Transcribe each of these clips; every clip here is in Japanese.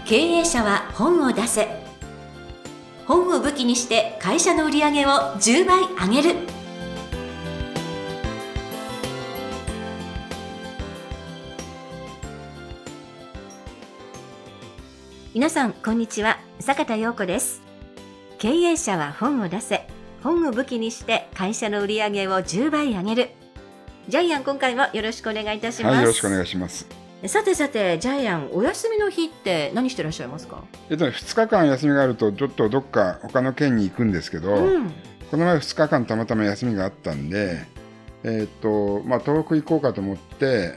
経営者は本を出せ。本を武器にして会社の売り上げを10倍上げる。皆さんこんにちは、坂田陽子です。経営者は本を出せ。本を武器にして会社の売り上げを10倍上げる。ジャイアン、今回もよろしくお願いいたします。 はい、よろしくお願いします。 さてジャイアン、お休みの日って何してらっしゃいますか ？2日間休みがあるとちょっとどっか他の県に行くんですけど、この前2日間たまたま休みがあったんで、東北行こうかと思って、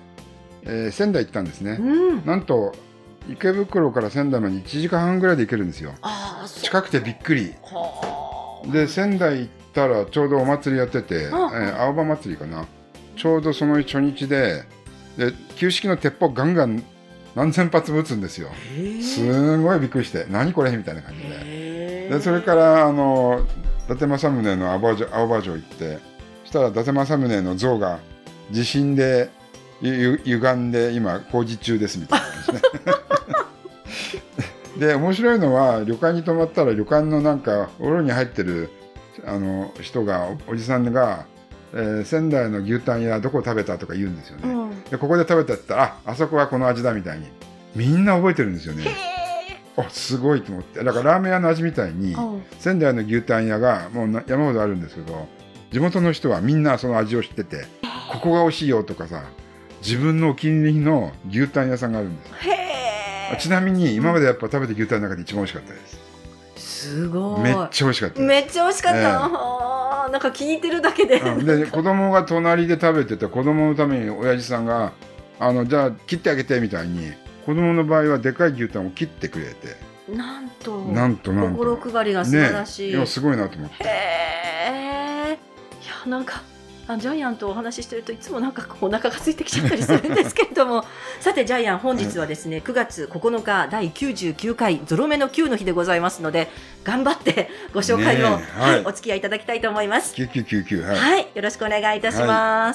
仙台行ったんですね。なんと池袋から仙台まで1時間半ぐらいで行けるんですよ。近くてびっくりで、仙台行ったらちょうどお祭りやってて、青葉祭りかな、ちょうどその初日で旧式の鉄砲ガンガン何千発も撃つんですよ。すごいびっくりして、何これみたいな感じで、それから伊達政宗の青葉城行って、そしたら伊達政宗の像が地震で歪んで今工事中ですみたいな感じねで、面白いのは、旅館に泊まったら旅館のなんかお風呂に入ってる人が、おじさんが仙台の牛タン屋どこ食べたとか言うんですよね。でここで食べたって言ったら、あそこはこの味だみたいにみんな覚えてるんですよね。すごいと思って。だからラーメン屋の味みたいに、仙台の牛タン屋がもう山ほどあるんですけど、地元の人はみんなその味を知ってて、ここが美味しいよとかさ、自分のお気に入りの牛タン屋さんがあるんです。ちなみに今までやっぱ食べた牛タンの中で一番美味しかったです。すごい。めっちゃ美味しかったです。 めっちゃ美味しかった、なんか気に入ってるだけで、 で子供が隣で食べてて、子供のために親父さんがじゃあ切ってあげてみたいに、子供の場合はでかい牛タンを切ってくれて、なんと心配りが素晴らしい、 いやすごいなと思って。 いや、なんかジャイアンとお話ししてるといつもなんかお腹が空いてきちゃったりするんですけれどもさてジャイアン、本日はですね、9月9日第99回ゾロ目の9の日でございますので、頑張ってご紹介を、お付き合いいただきたいと思います。 9999、 はい、よろしくお願いいたします。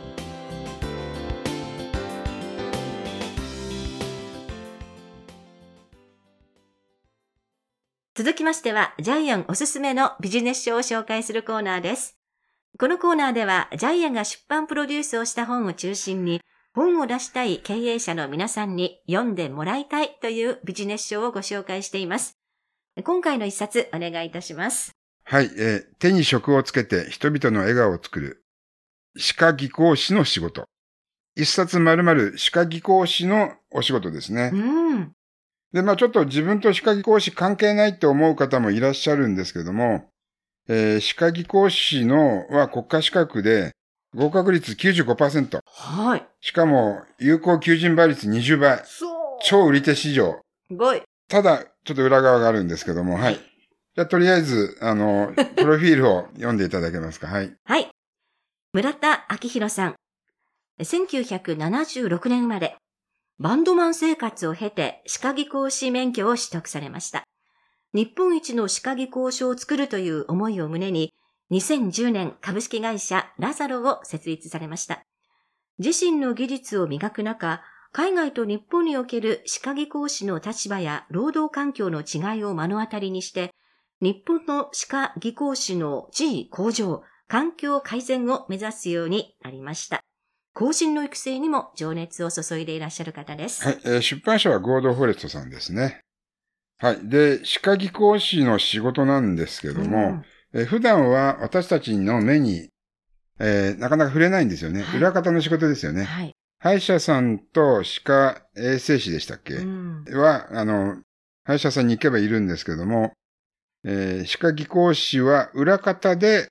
続きましては、ジャイアンおすすめのビジネス書を紹介するコーナーです。このコーナーでは、ジャイアンが出版プロデュースをした本を中心に、本を出したい経営者の皆さんに読んでもらいたいというビジネス書をご紹介しています。今回の一冊お願いいたします。 はい、手に職をつけて人々の笑顔を作る歯科技工士の仕事。一冊丸々歯科技工士のお仕事ですね。で、ちょっと自分と歯科技工士関係ないって思う方もいらっしゃるんですけども、歯科技工士は国家資格で合格率 95%。しかも有効求人倍率20倍。超売り手市場。ただ、ちょっと裏側があるんですけども、はい。じゃあ、とりあえず、プロフィールを読んでいただけますか。はい。 はい。村田明宏さん。1976年生まれ。バンドマン生活を経て歯科技工士免許を取得されました。日本一の歯科技工所を作るという思いを胸に、2010年株式会社ラザロを設立されました。自身の技術を磨く中、海外と日本における歯科技工士の立場や労働環境の違いを目の当たりにして、日本の歯科技工士の地位向上、環境改善を目指すようになりました。後進の育成にも情熱を注いでいらっしゃる方です。 はい、出版社は合同フォレストさんですね。はい。で、歯科技工士の仕事なんですけども、普段は私たちの目に、なかなか触れないんですよね。裏方の仕事ですよね。歯医者さんと歯科衛生士でしたっけ、は、歯医者さんに行けばいるんですけども、歯科技工士は裏方で、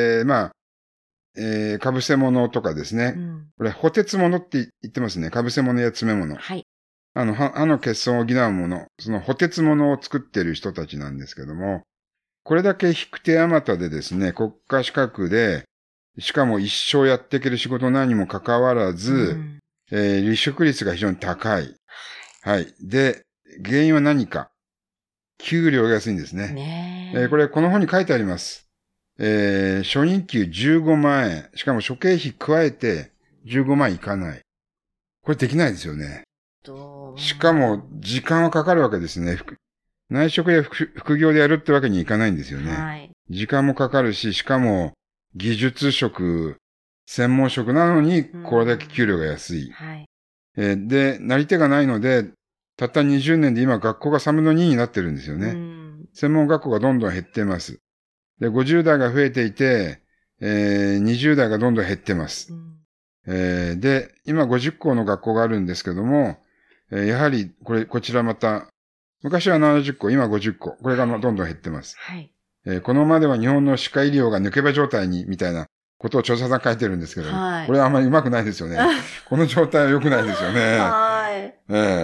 かぶせ物とかですね。これ、補鉄物って言ってますね。かぶせ物や詰め物。歯の欠損を補うもの、その補鉄物を作っている人たちなんですけども、これだけ引く手あまたでですね、国家資格で、しかも一生やっていける仕事なんにもかかわらず、離職率が非常に高い。はい。で、原因は何か。給料が安いんですね。これ、この本に書いてあります。初任給15万円。しかも諸経費加えて15万いかない。これできないですよね。 しかも、時間はかかるわけですね。内職や副業でやるってわけにいかないんですよね。はい。時間もかかるし、しかも、技術職、専門職なのに、これだけ給料が安い。はい。で、なり手がないので、たった20年で今学校が3分の2になってるんですよね。専門学校がどんどん減っています。で、50代が増えていて、20代がどんどん減ってます。で、今50校の学校があるんですけども、やはり、こちらまた、昔は70校、今50校。これがどんどん減ってます。はい。このままでは日本の歯科医療が抜け歯状態に、みたいなことを調査さん書いてるんですけど、はい。これはあんまりうまくないですよね。この状態は良くないですよね。はい。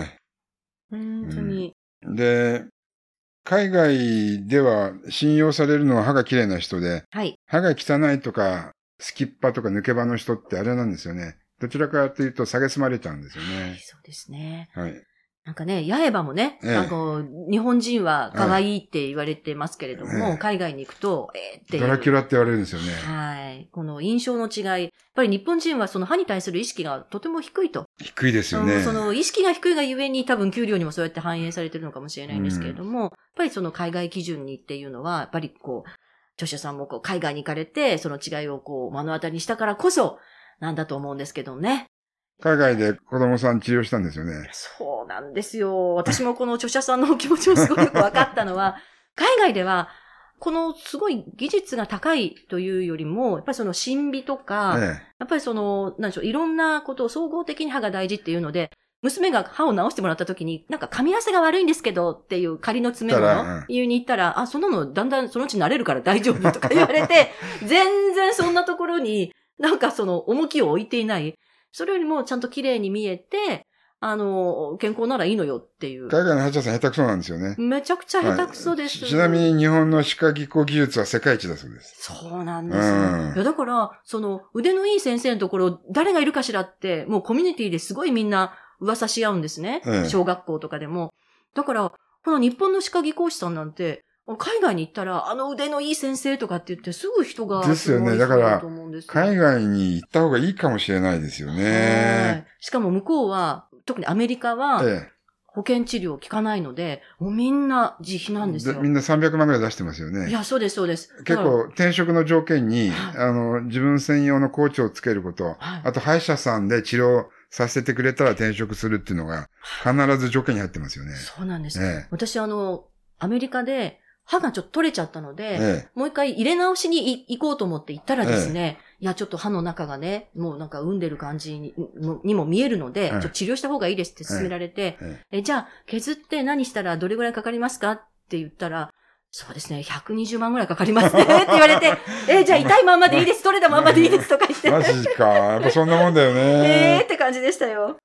本当に。で、海外では信用されるのは歯が綺麗な人で、はい。歯が汚いとか、すきっ歯とか抜け歯の人ってあれなんですよね。どちらかというと蔑まれちゃうんですよね。はい、 そうですね。はい。なんかね、八重歯もね、なんか日本人は可愛いって言われてますけれども、海外に行くと、っていう。 ドラキュラって言われるんですよね。 はい。この印象の違い。やっぱり日本人はその歯に対する意識がとても低いと。 低いですよね。 その意識が低いがゆえに多分給料にもそうやって反映されてるのかもしれないんですけれども、やっぱりその海外基準にっていうのは、やっぱりこう、著者さんもこう海外に行かれて、その違いをこう目の当たりにしたからこそ、なんだと思うんですけどね。 海外で子供さん治療したんですよね。 そうなんですよ。私もこの著者さんのお気持ちをすごくよく分かったのは、海外では、このすごい技術が高いというよりも、やっぱりその審美とか、やっぱりその、なんでしょう、いろんなことを総合的に歯が大事っていうので、娘が歯を直してもらった時に、なんか噛み合わせが悪いんですけどっていう仮の詰め物言いに行ったら、そんなのだんだんそのうち慣れるから大丈夫とか言われて、全然そんなところになんかその重きを置いていない。それよりもちゃんと綺麗に見えて、健康ならいいのよっていう。 海外の歯医者さん下手くそなんですよね。 めちゃくちゃ下手くそです。 ちなみに日本の歯科技工技術は世界一だそうです。 そうなんですよ。だから、その腕のいい先生のところ、誰がいるかしらって、もうコミュニティですごいみんな噂し合うんですね。小学校とかでも。だから、この日本の歯科技工士さんなんて、海外に行ったら、腕のいい先生とかって言ってすぐ人がですよね。だから、海外に行った方がいいかもしれないですよね。 しかも向こうは、特にアメリカは、保険治療効かないので、もうみんな自費なんですよ。 みんな300万ぐらい出してますよね。 いや、そうです、そうです。 結構、転職の条件に、自分専用のコーチをつけること、あと歯医者さんで治療させてくれたら転職するっていうのが、必ず条件に入ってますよね。 そうなんです。私アメリカで、歯がちょっと取れちゃったので、もう一回入れ直しに行こうと思って行ったらですね、いや、ちょっと歯の中がね、もうなんか産んでる感じにも見えるので、ちょっと治療した方がいいですって勧められて、じゃあ、削って何したらどれぐらいかかりますかって言ったら、そうですね、120万ぐらいかかりますねって言われて、じゃあ痛いまんまでいいです、取れたまんまでいいですとか言って。 マジか。やっぱそんなもんだよね。 って感じでしたよ。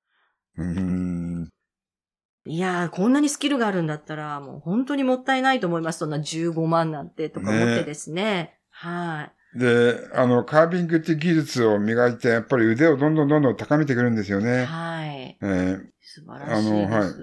いやー、こんなにスキルがあるんだったら、もう本当にもったいないと思います。そんな15万なんてとか思ってですね。はい。 で、カービングっていう技術を磨いて、やっぱり腕をどんどん高めてくるんですよね。 はい。素晴らしいです。はい。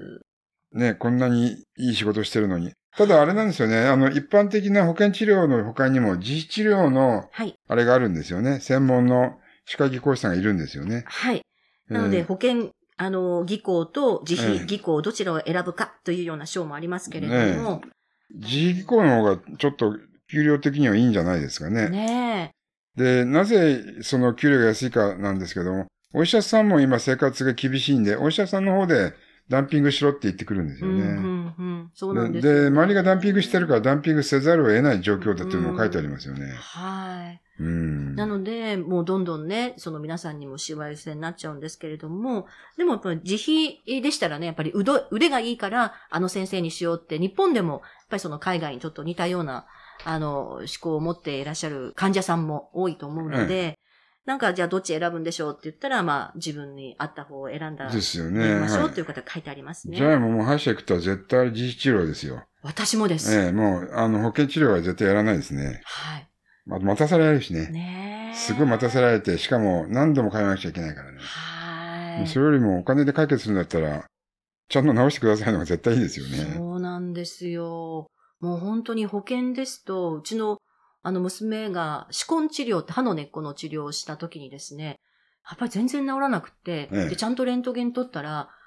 ね、こんなにいい仕事してるのに。ただあれなんですよね。一般的な保険治療の他にも、自費治療の、あれがあるんですよね。専門の歯科技工士さんがいるんですよね。 はい。なので、保険、技工と自費技工どちらを選ぶかというような賞もありますけれども。 自費技工の方がちょっと給料的にはいいんじゃないですかね。 ねえ。で、なぜその給料が安いかなんですけども、お医者さんも今生活が厳しいんで、お医者さんの方でダンピングしろって言ってくるんですよね。 そうなんですよ。 で、周りがダンピングしてるからダンピングせざるを得ない状況だっていうのも書いてありますよね。 はい。なので、もうどんどんね、その皆さんにもしわ寄せになっちゃうんですけれども、でもやっぱり自費でしたらね、やっぱり腕がいいから、先生にしようって、日本でも、やっぱりその海外にちょっと似たような、思考を持っていらっしゃる患者さんも多いと思うので、なんかじゃあどっち選ぶんでしょうって言ったら、まあ自分に合った方を選んだ。 ですよね。 ましょうっていう方が書いてありますね。 じゃあもう歯医者行くとは絶対自費治療ですよ。 私もです。 もう、保険治療は絶対やらないですね。 はい。 待たせられるしね。 ねすごい待たせられて、しかも何度も通わなくちゃいけないからね。 はい。 それよりもお金で解決するんだったら、ちゃんと直してくださいのが絶対いいですよね。 そうなんですよ。もう本当に保険ですと、うちの娘が歯根治療って歯の根っこの治療をした時にですね、やっぱり全然治らなくて、で、ちゃんとレントゲン取ったら、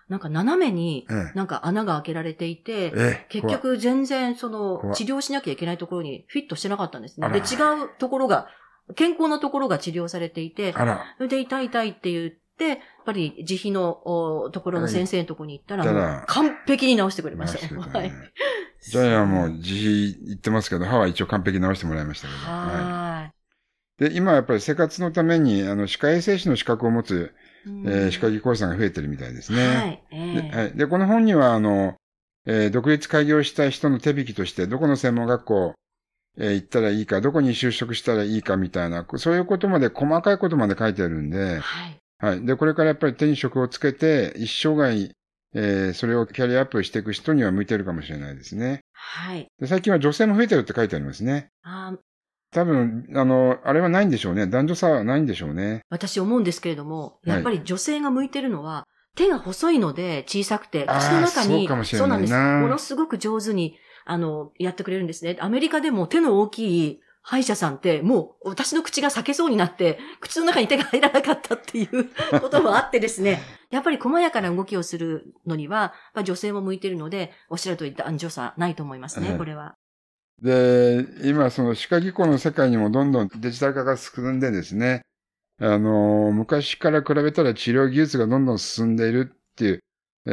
なんか斜めになんか穴が開けられていて、結局全然治療しなきゃいけないところにフィットしてなかったんですね。で、違うところが、健康なところが治療されていて、それで痛いって言って、やっぱり自費のところの先生のところに行ったら、もう完璧に治してくれました。はい。 ジャイアンも自費言ってますけど、歯は一応完璧に治してもらいましたけど。 はい。 で、今やっぱり生活のために、歯科衛生士の資格を持つ、歯科技工士さんが増えてるみたいですね。はい。で、この本には、独立開業したい人の手引きとして、どこの専門学校、行ったらいいか、どこに就職したらいいかみたいな、そういうことまで、細かいことまで書いてあるんで、はい。はい。で、これからやっぱり手に職をつけて、一生涯、それをキャリアアップしていく人には向いてるかもしれないですね。 はい。 で、最近は女性も増えてるって書いてありますね。多分、あれはないんでしょうね。男女差はないんでしょうね。 私思うんですけれども、やっぱり女性が向いてるのは、手が細いので小さくて、口の中に、 そうなんです。ものすごく上手に、やってくれるんですね。アメリカでも手の大きい歯医者さんって、もう私の口が裂けそうになって、口の中に手が入らなかったっていうこともあってですね、やっぱり細やかな動きをするのには、女性も向いてるので、おっしゃるとおり男女差ないと思いますね、これは。 で、今その歯科技工の世界にもどんどんデジタル化が進んでですね、昔から比べたら治療技術がどんどん進んでいるっていう、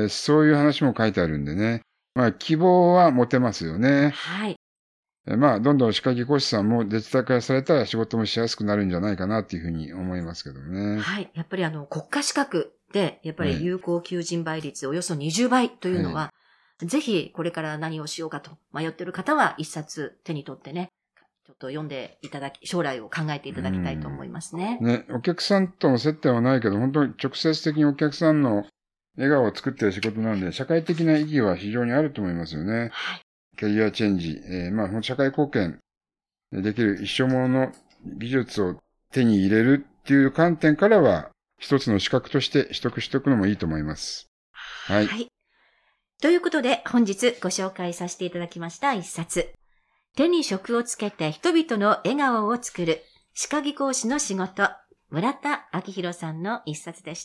そういう話も書いてあるんでね。希望は持てますよね。 はい。 どんどん歯科技工士さんもデジタル化されたら仕事もしやすくなるんじゃないかなっていうふうに思いますけどね。 はい。やっぱり国家資格で、やっぱり有効求人倍率およそ20倍というのは、ぜひこれから何をしようかと迷っている方は一冊手に取ってね、ちょっと読んでいただき、将来を考えていただきたいと思いますね。 お客さんとの接点はないけど、本当に直接的にお客さんの笑顔を作っている仕事なんで、社会的な意義は非常にあると思いますよね。はい。キャリアチェンジ、社会貢献できる一生ものの技術を手に入れるっていう観点からは、一つの資格として取得しておくのもいいと思います。はい。はい。 ということで、本日ご紹介させていただきました一冊。手に職をつけて人々の笑顔を作る歯科技工士の仕事、村田明宏さんの一冊でした。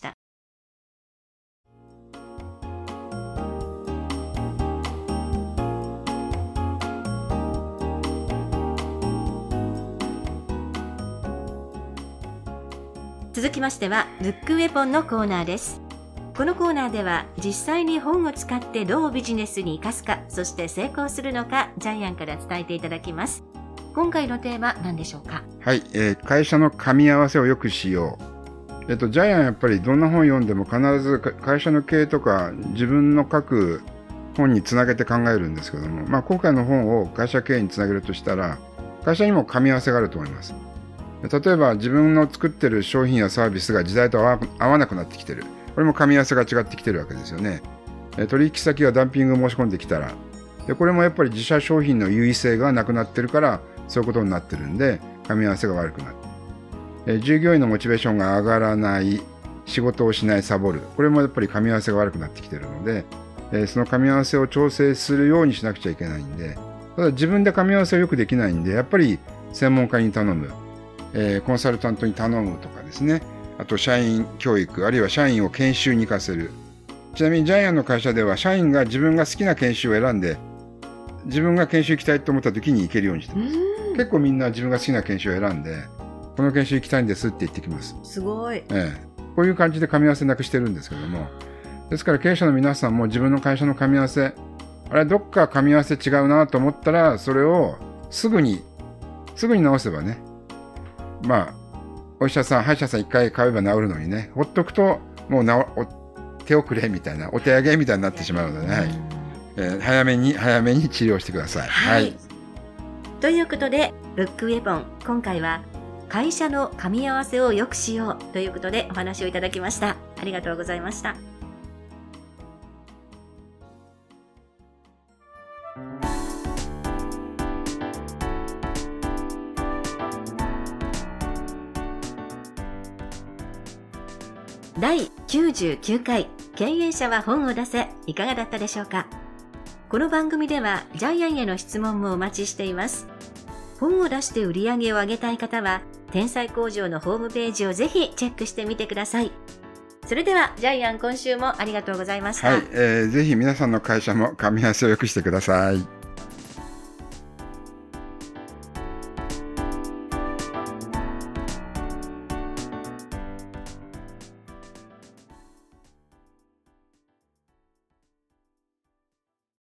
続きましては、ブックウェポンのコーナーです。このコーナーでは実際に本を使ってどうビジネスに生かすか、そして成功するのか、ジャイアンから伝えていただきます。今回のテーマ何でしょうか？ はい、会社の噛み合わせを良くしよう。ジャイアンやっぱりどんな本を読んでも必ず会社の経営とか自分の書く本につなげて考えるんですけども、今回の本を会社経営につなげるとしたら、会社にも噛み合わせがあると思います。例えば自分の作ってる商品やサービスが時代と合わなくなってきてる。これも噛み合わせが違ってきてるわけですよね。取引先がダンピングを申し込んできたら、これもやっぱり自社商品の優位性がなくなってるから、そういうことになってるんで、噛み合わせが悪くなる。従業員のモチベーションが上がらない、仕事をしない、サボる。これもやっぱり噛み合わせが悪くなってきてるので、その噛み合わせを調整するようにしなくちゃいけないんで、ただ自分で噛み合わせをよくできないんで、やっぱり専門家に頼む。コンサルタントに頼むとかですね。あと社員教育、あるいは社員を研修に行かせる。ちなみにジャイアンの会社では社員が自分が好きな研修を選んで、自分が研修行きたいと思った時に行けるようにしてます。結構みんな自分が好きな研修を選んで、この研修行きたいんですって言ってきます。 すごい。 こういう感じで噛み合わせなくしてるんですけども。ですから経営者の皆さんも自分の会社の噛み合わせ、あれどっか噛み合わせ違うなと思ったら、それをすぐに直せばね。お医者さん、歯医者さん一回買えば治るのにね、ほっとくと、もう手遅れみたいな、お手上げみたいになってしまうのでね、早めに治療してください。 はい。ということで、ブックウェポン、今回は、会社の噛み合わせを良くしようということでお話をいただきました。ありがとうございました。第99回経営者は本を出せ、いかがだったでしょうか？この番組ではジャイアンへの質問もお待ちしています。本を出して売り上げを上げたい方は天才工場のホームページをぜひチェックしてみてください。 それではジャイアン、今週もありがとうございました。 はい、ぜひ皆さんの会社も噛み合わせを良くしてください。